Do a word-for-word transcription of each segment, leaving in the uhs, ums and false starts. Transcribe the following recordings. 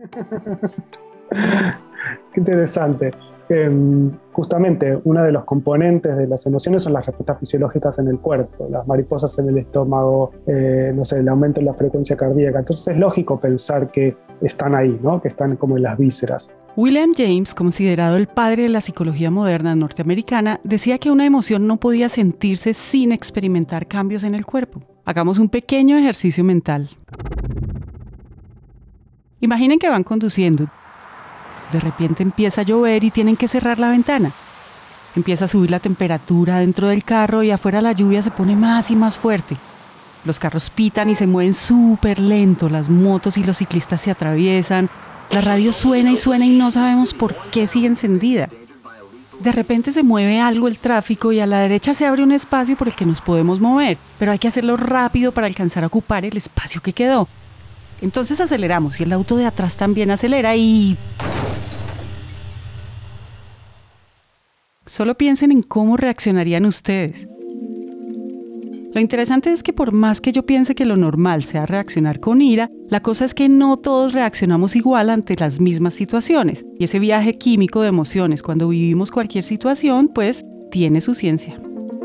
Qué interesante. Eh, justamente uno de los componentes de las emociones son las respuestas fisiológicas en el cuerpo, las mariposas en el estómago, eh, no sé, el aumento en la frecuencia cardíaca. Entonces es lógico pensar que están ahí, ¿no? Que están como en las vísceras. William James, considerado el padre de la psicología moderna norteamericana, decía que una emoción no podía sentirse sin experimentar cambios en el cuerpo. Hagamos un pequeño ejercicio mental. Imaginen que van conduciendo. De repente empieza a llover y tienen que cerrar la ventana. Empieza a subir la temperatura dentro del carro y afuera la lluvia se pone más y más fuerte. Los carros pitan y se mueven súper lento, las motos y los ciclistas se atraviesan, la radio suena y suena y no sabemos por qué sigue encendida. De repente se mueve algo el tráfico y a la derecha se abre un espacio por el que nos podemos mover, pero hay que hacerlo rápido para alcanzar a ocupar el espacio que quedó. Entonces aceleramos y el auto de atrás también acelera y... Solo piensen en cómo reaccionarían ustedes. Lo interesante es que por más que yo piense que lo normal sea reaccionar con ira, la cosa es que no todos reaccionamos igual ante las mismas situaciones. Y ese viaje químico de emociones cuando vivimos cualquier situación, pues, tiene su ciencia.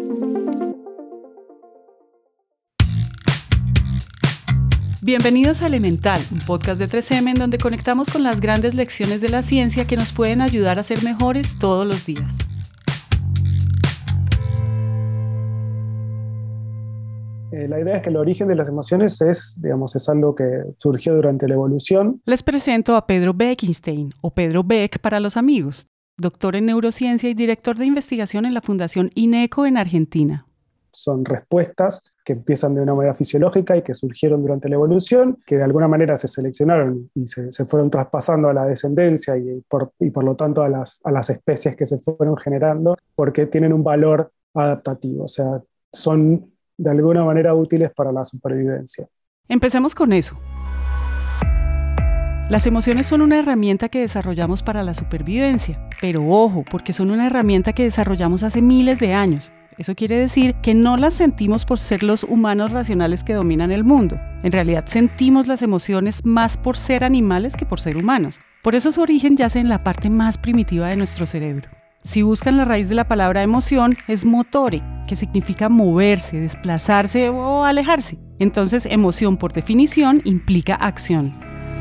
Bienvenidos a Elemental, un podcast de tres eme en donde conectamos con las grandes lecciones de la ciencia que nos pueden ayudar a ser mejores todos los días. Eh, la idea es que el origen de las emociones es, digamos, es algo que surgió durante la evolución. Les presento a Pedro Bekenstein, o Pedro Beck para los amigos, doctor en neurociencia y director de investigación en la Fundación INECO en Argentina. Son respuestas que empiezan de una manera fisiológica y que surgieron durante la evolución, que de alguna manera se seleccionaron y se, se fueron traspasando a la descendencia y por, y por lo tanto a las, a las especies que se fueron generando, porque tienen un valor adaptativo, o sea, son de alguna manera útiles para la supervivencia. Empecemos con eso. Las emociones son una herramienta que desarrollamos para la supervivencia, pero ojo, porque son una herramienta que desarrollamos hace miles de años. Eso quiere decir que no las sentimos por ser los humanos racionales que dominan el mundo. En realidad sentimos las emociones más por ser animales que por ser humanos. Por eso su origen yace en la parte más primitiva de nuestro cerebro. Si buscan la raíz de la palabra emoción, es motore, que significa moverse, desplazarse o alejarse. Entonces, emoción por definición implica acción.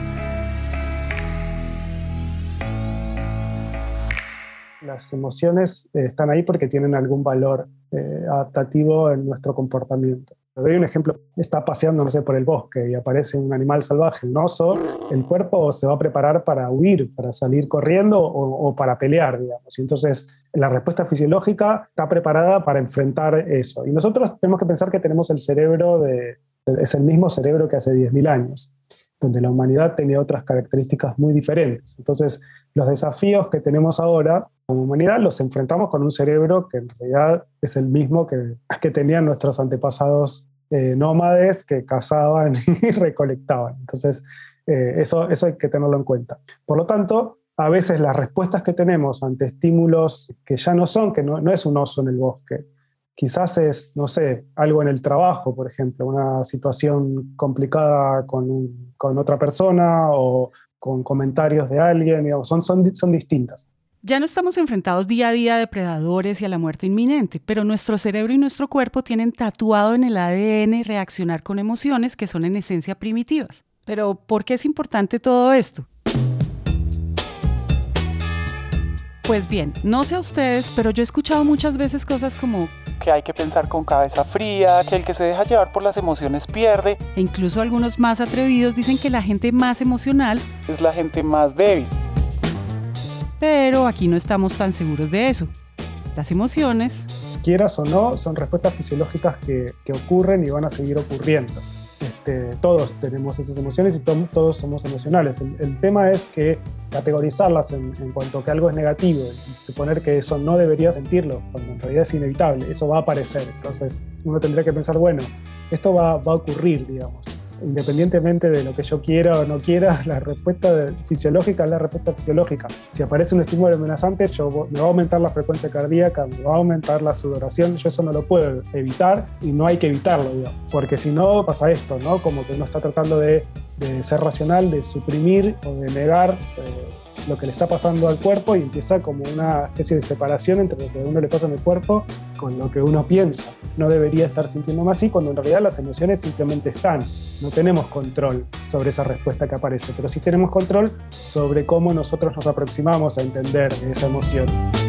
Las emociones eh, están ahí porque tienen algún valor eh, adaptativo en nuestro comportamiento. Les doy un ejemplo. Está paseando, no sé, por el bosque y aparece un animal salvaje, un oso. El cuerpo se va a preparar para huir, para salir corriendo o, o para pelear, digamos. Y entonces, la respuesta fisiológica está preparada para enfrentar eso. Y nosotros tenemos que pensar que tenemos el cerebro de... es el mismo cerebro que hace diez mil años, donde la humanidad tenía otras características muy diferentes. Entonces, los desafíos que tenemos ahora como humanidad los enfrentamos con un cerebro que en realidad es el mismo que, que tenían nuestros antepasados eh, nómades que cazaban y recolectaban. Entonces, eh, eso, eso hay que tenerlo en cuenta. Por lo tanto, a veces las respuestas que tenemos ante estímulos que ya no son, que no, no es un oso en el bosque, quizás es, no sé, algo en el trabajo, por ejemplo, una situación complicada con, un, con otra persona o con comentarios de alguien, digamos, son, son, son distintas. Ya no estamos enfrentados día a día a depredadores y a la muerte inminente, pero nuestro cerebro y nuestro cuerpo tienen tatuado en el A D N reaccionar con emociones que son en esencia primitivas. Pero, ¿por qué es importante todo esto? Pues bien, no sé a ustedes, pero yo he escuchado muchas veces cosas como que hay que pensar con cabeza fría, que el que se deja llevar por las emociones pierde. E incluso algunos más atrevidos dicen que la gente más emocional es la gente más débil. Pero aquí no estamos tan seguros de eso. Las emociones, quieras o no, son respuestas fisiológicas que, que ocurren y van a seguir ocurriendo. Este, todos tenemos esas emociones y to- todos somos emocionales. El, el tema es que categorizarlas en, en cuanto a que algo es negativo y suponer que eso no debería sentirlo, cuando en realidad es inevitable, eso va a aparecer. Entonces uno tendría que pensar, bueno, esto va, va a ocurrir, digamos. independientemente de lo que yo quiera o no quiera, la respuesta fisiológica es la respuesta fisiológica. Si aparece un estímulo amenazante, yo, me va a aumentar la frecuencia cardíaca, me va a aumentar la sudoración, yo eso no lo puedo evitar y no hay que evitarlo, digamos, porque si no pasa esto, ¿no? Como que uno está tratando de, de ser racional, de suprimir o de negar eh, lo que le está pasando al cuerpo y empieza como una especie de separación entre lo que a uno le pasa en el cuerpo con lo que uno piensa. No debería estar sintiéndome así cuando en realidad las emociones simplemente están. No tenemos control sobre esa respuesta que aparece, pero sí tenemos control sobre cómo nosotros nos aproximamos a entender esa emoción.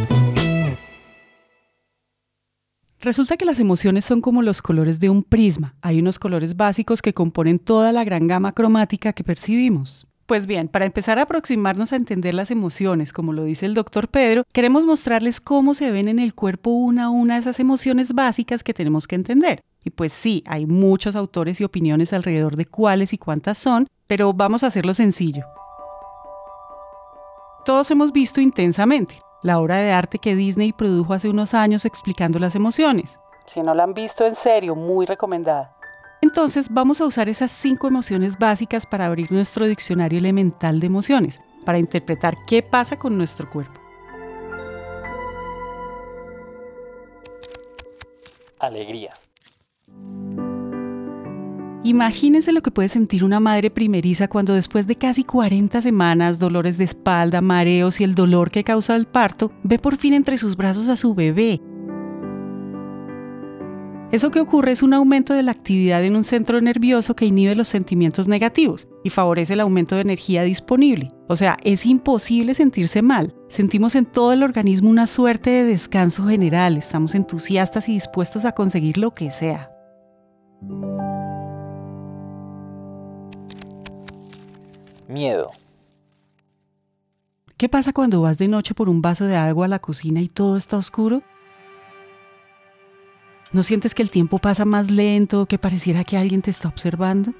Resulta que las emociones son como los colores de un prisma. Hay unos colores básicos que componen toda la gran gama cromática que percibimos. Pues bien, para empezar a aproximarnos a entender las emociones, como lo dice el doctor Pedro, queremos mostrarles cómo se ven en el cuerpo una a una esas emociones básicas que tenemos que entender. Y pues sí, hay muchos autores y opiniones alrededor de cuáles y cuántas son, pero vamos a hacerlo sencillo. Todos hemos visto Intensamente, la obra de arte que Disney produjo hace unos años explicando las emociones. Si no la han visto, en serio, muy recomendada. Entonces vamos a usar esas cinco emociones básicas para abrir nuestro diccionario elemental de emociones, para interpretar qué pasa con nuestro cuerpo. Alegría. Imagínense lo que puede sentir una madre primeriza cuando después de casi cuarenta semanas, dolores de espalda, mareos y el dolor que causa el parto, ve por fin entre sus brazos a su bebé. Eso que ocurre es un aumento de la actividad en un centro nervioso que inhibe los sentimientos negativos y favorece el aumento de energía disponible. O sea, es imposible sentirse mal. Sentimos en todo el organismo una suerte de descanso general. Estamos entusiastas y dispuestos a conseguir lo que sea. Miedo. ¿Qué pasa cuando vas de noche por un vaso de agua a la cocina y todo está oscuro? ¿No sientes que el tiempo pasa más lento, que pareciera que alguien te está observando?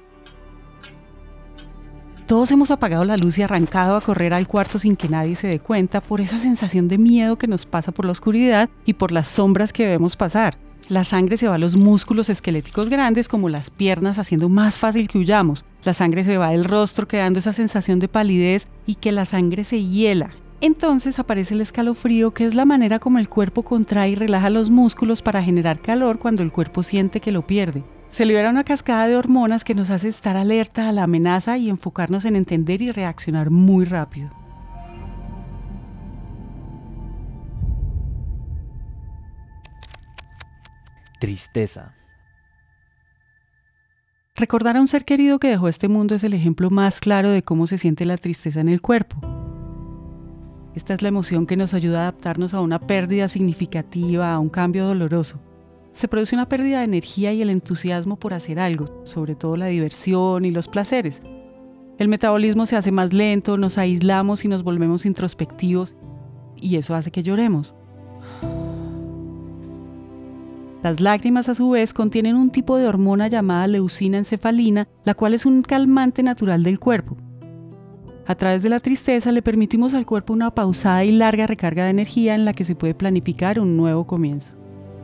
Todos hemos apagado la luz y arrancado a correr al cuarto sin que nadie se dé cuenta por esa sensación de miedo que nos pasa por la oscuridad y por las sombras que debemos pasar. La sangre se va a los músculos esqueléticos grandes como las piernas, haciendo más fácil que huyamos. La sangre se va del rostro creando esa sensación de palidez y que la sangre se hiela. Entonces aparece el escalofrío, que es la manera como el cuerpo contrae y relaja los músculos para generar calor cuando el cuerpo siente que lo pierde. Se libera una cascada de hormonas que nos hace estar alerta a la amenaza y enfocarnos en entender y reaccionar muy rápido. Tristeza. Recordar a un ser querido que dejó este mundo es el ejemplo más claro de cómo se siente la tristeza en el cuerpo. Esta es la emoción que nos ayuda a adaptarnos a una pérdida significativa, a un cambio doloroso. Se produce una pérdida de energía y el entusiasmo por hacer algo, sobre todo la diversión y los placeres. El metabolismo se hace más lento, nos aislamos y nos volvemos introspectivos, y eso hace que lloremos. Las lágrimas, a su vez, contienen un tipo de hormona llamada leucina encefalina, la cual es un calmante natural del cuerpo. A través de la tristeza le permitimos al cuerpo una pausada y larga recarga de energía en la que se puede planificar un nuevo comienzo.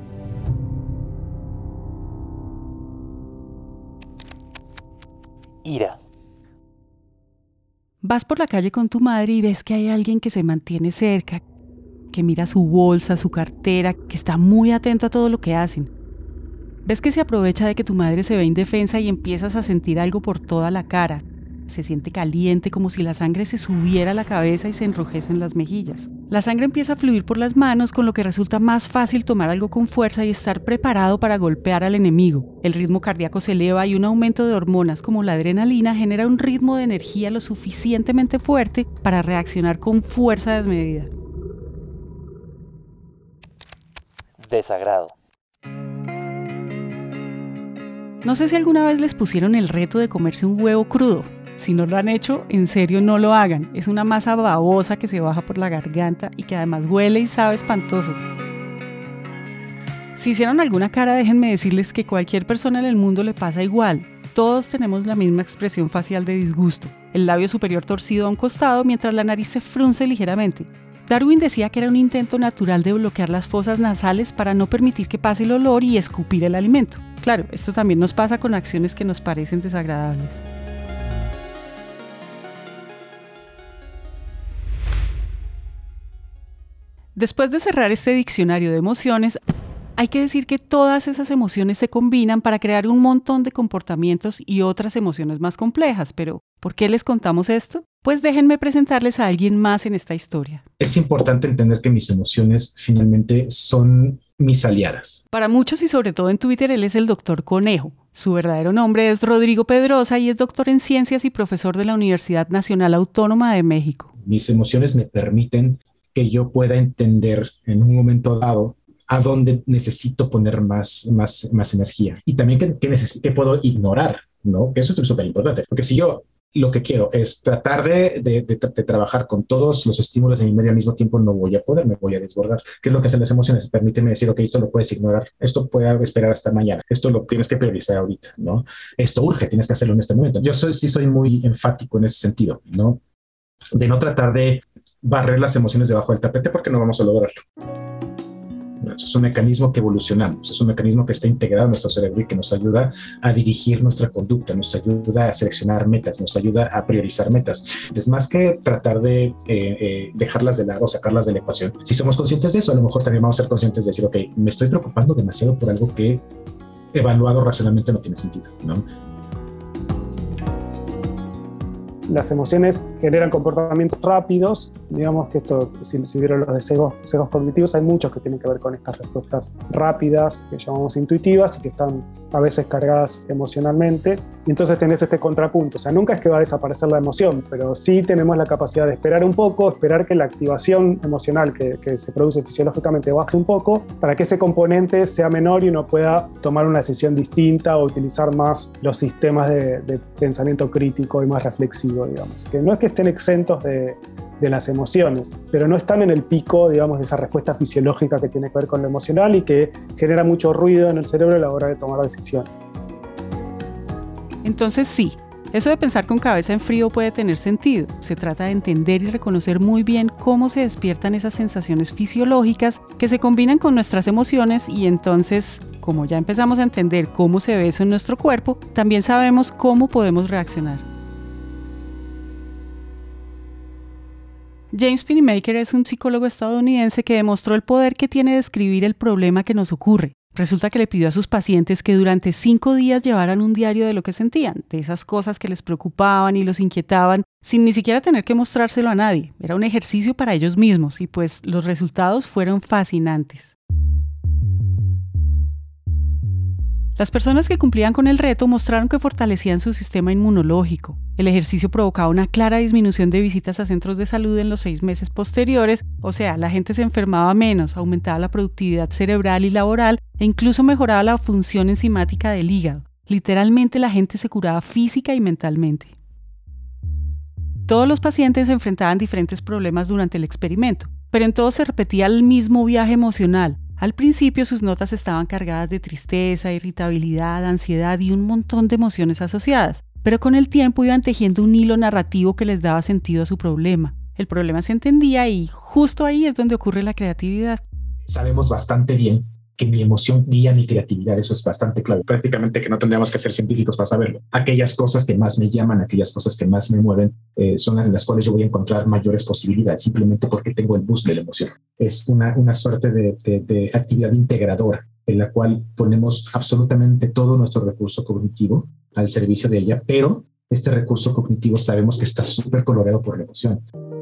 Ira. Vas por la calle con tu madre y ves que hay alguien que se mantiene cerca, que mira su bolsa, su cartera, que está muy atento a todo lo que hacen. Ves que se aprovecha de que tu madre se ve indefensa y empiezas a sentir algo por toda la cara. Se siente caliente, como si la sangre se subiera a la cabeza y se enrojecen las mejillas. La sangre empieza a fluir por las manos, con lo que resulta más fácil tomar algo con fuerza y estar preparado para golpear al enemigo. El ritmo cardíaco se eleva y un aumento de hormonas como la adrenalina genera un ritmo de energía lo suficientemente fuerte para reaccionar con fuerza desmedida. Desagrado. No sé si alguna vez les pusieron el reto de comerse un huevo crudo. Si no lo han hecho, en serio no lo hagan. Es una masa babosa que se baja por la garganta y que además huele y sabe espantoso. Si hicieron alguna cara, déjenme decirles que cualquier persona en el mundo le pasa igual. Todos tenemos la misma expresión facial de disgusto. El labio superior torcido a un costado mientras la nariz se frunce ligeramente. Darwin decía que era un intento natural de bloquear las fosas nasales para no permitir que pase el olor y escupir el alimento. Claro, esto también nos pasa con acciones que nos parecen desagradables. Después de cerrar este diccionario de emociones, hay que decir que todas esas emociones se combinan para crear un montón de comportamientos y otras emociones más complejas. Pero, ¿por qué les contamos esto? Pues déjenme presentarles a alguien más en esta historia. Es importante entender que mis emociones finalmente son mis aliadas. Para muchos y sobre todo en Twitter, él es el doctor Conejo. Su verdadero nombre es Rodrigo Pedrosa y es doctor en ciencias y profesor de la Universidad Nacional Autónoma de México. Mis emociones me permiten que yo pueda entender en un momento dado a dónde necesito poner más, más, más energía. Y también que, que, neces- que puedo ignorar, ¿no? Que eso es súper importante. Porque si yo lo que quiero es tratar de, de, de, de trabajar con todos los estímulos de mi medio al mismo tiempo, no voy a poder, me voy a desbordar. ¿Qué es lo que hacen las emociones? Permíteme decir, ok, esto lo puedes ignorar, esto puede esperar hasta mañana, esto lo tienes que priorizar ahorita, ¿no? Esto urge, tienes que hacerlo en este momento. Yo soy, sí soy muy enfático en ese sentido, ¿no? De no tratar de barrer las emociones debajo del tapete porque no vamos a lograrlo. Es un mecanismo que evolucionamos, es un mecanismo que está integrado en nuestro cerebro y que nos ayuda a dirigir nuestra conducta, nos ayuda a seleccionar metas, nos ayuda a priorizar metas. Es más que tratar de eh, eh, dejarlas de lado, sacarlas de la ecuación. Si somos conscientes de eso, a lo mejor también vamos a ser conscientes de decir, ok, me estoy preocupando demasiado por algo que evaluado racionalmente no tiene sentido, ¿no? Las emociones generan comportamientos rápidos. Digamos que esto, si, si vieron los de sesgos, sesgos cognitivos, hay muchos que tienen que ver con estas respuestas rápidas, que llamamos intuitivas, y que están a veces cargadas emocionalmente. Y entonces tenés este contrapunto. O sea, nunca es que va a desaparecer la emoción, pero sí tenemos la capacidad de esperar un poco, esperar que la activación emocional que, que se produce fisiológicamente baje un poco, para que ese componente sea menor y uno pueda tomar una decisión distinta o utilizar más los sistemas de, de pensamiento crítico y más reflexivo, digamos. Que no es que estén exentos de, de las emociones, pero no están en el pico, digamos, de esa respuesta fisiológica que tiene que ver con lo emocional y que genera mucho ruido en el cerebro a la hora de tomar decisiones. Entonces sí, eso de pensar con cabeza en frío puede tener sentido. Se trata de entender y reconocer muy bien cómo se despiertan esas sensaciones fisiológicas que se combinan con nuestras emociones y entonces, como ya empezamos a entender cómo se ve eso en nuestro cuerpo, también sabemos cómo podemos reaccionar. James Pennymaker es un psicólogo estadounidense que demostró el poder que tiene de describir el problema que nos ocurre. Resulta que le pidió a sus pacientes que durante cinco días llevaran un diario de lo que sentían, de esas cosas que les preocupaban y los inquietaban, sin ni siquiera tener que mostrárselo a nadie. Era un ejercicio para ellos mismos y pues los resultados fueron fascinantes. Las personas que cumplían con el reto mostraron que fortalecían su sistema inmunológico. El ejercicio provocaba una clara disminución de visitas a centros de salud en los seis meses posteriores, o sea, la gente se enfermaba menos, aumentaba la productividad cerebral y laboral e incluso mejoraba la función enzimática del hígado. Literalmente la gente se curaba física y mentalmente. Todos los pacientes enfrentaban diferentes problemas durante el experimento, pero en todos se repetía el mismo viaje emocional. Al principio sus notas estaban cargadas de tristeza, irritabilidad, ansiedad y un montón de emociones asociadas, pero con el tiempo iban tejiendo un hilo narrativo que les daba sentido a su problema. El problema se entendía y justo ahí es donde ocurre la creatividad. Sabemos bastante bien que mi emoción guía mi creatividad, eso es bastante claro. Prácticamente que no tendríamos que ser científicos para saberlo. Aquellas cosas que más me llaman, aquellas cosas que más me mueven, eh, son las en las cuales yo voy a encontrar mayores posibilidades, simplemente porque tengo el boost de la emoción. Es una, una suerte de, de, de actividad integradora en la cual ponemos absolutamente todo nuestro recurso cognitivo al servicio de ella, pero este recurso cognitivo sabemos que está súper coloreado por la emoción.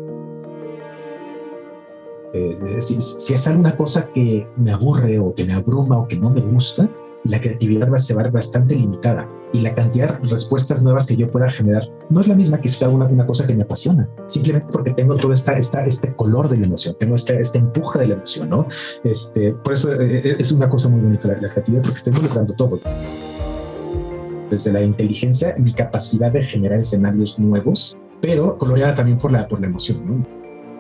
Eh, si, si es alguna cosa que me aburre o que me abruma o que no me gusta, la creatividad va a ser bastante limitada y la cantidad de respuestas nuevas que yo pueda generar no es la misma que sea una, una cosa que me apasiona, simplemente porque tengo todo esta, esta, este color de la emoción, tengo este, este empuje de la emoción, ¿no? Este, por eso eh, es una cosa muy bonita la, la creatividad, porque está involucrando todo. Desde la inteligencia, mi capacidad de generar escenarios nuevos, pero coloreada también por la, por la emoción, ¿no?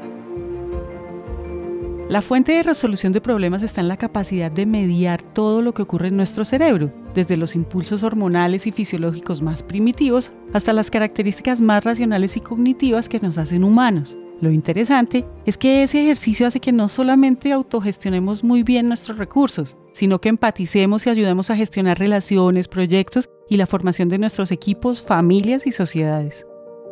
La fuente de resolución de problemas está en la capacidad de mediar todo lo que ocurre en nuestro cerebro, desde los impulsos hormonales y fisiológicos más primitivos hasta las características más racionales y cognitivas que nos hacen humanos. Lo interesante es que ese ejercicio hace que no solamente autogestionemos muy bien nuestros recursos, sino que empaticemos y ayudemos a gestionar relaciones, proyectos y la formación de nuestros equipos, familias y sociedades.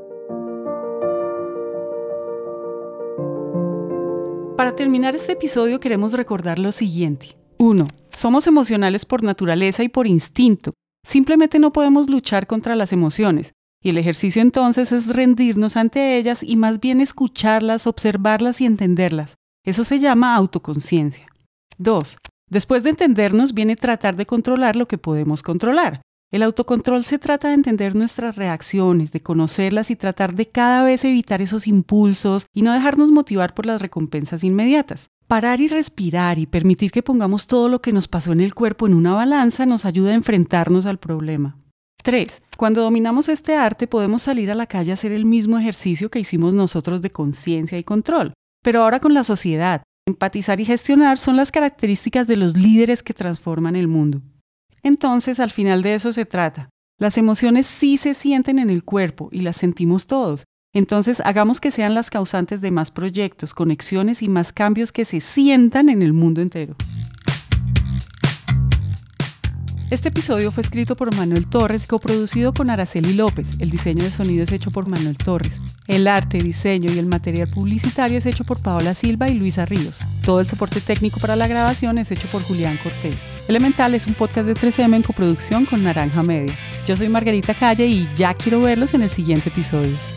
Para terminar este episodio queremos recordar lo siguiente. uno. Somos emocionales por naturaleza y por instinto. Simplemente no podemos luchar contra las emociones. Y el ejercicio entonces es rendirnos ante ellas y más bien escucharlas, observarlas y entenderlas. Eso se llama autoconciencia. dos. Después de entendernos viene tratar de controlar lo que podemos controlar. El autocontrol se trata de entender nuestras reacciones, de conocerlas y tratar de cada vez evitar esos impulsos y no dejarnos motivar por las recompensas inmediatas. Parar y respirar y permitir que pongamos todo lo que nos pasó en el cuerpo en una balanza nos ayuda a enfrentarnos al problema. tres. Cuando dominamos este arte podemos salir a la calle a hacer el mismo ejercicio que hicimos nosotros de conciencia y control, pero ahora con la sociedad. Empatizar y gestionar son las características de los líderes que transforman el mundo. Entonces, al final de eso se trata. Las emociones sí se sienten en el cuerpo y las sentimos todos. Entonces, hagamos que sean las causantes de más proyectos, conexiones y más cambios que se sientan en el mundo entero. Este episodio fue escrito por Manuel Torres y coproducido con Araceli López. El diseño de sonido es hecho por Manuel Torres. El arte, diseño y el material publicitario es hecho por Paola Silva y Luisa Ríos. Todo el soporte técnico para la grabación es hecho por Julián Cortés. Elemental es un podcast de tres eme en coproducción con Naranja Media. Yo soy Margarita Calle y ya quiero verlos en el siguiente episodio.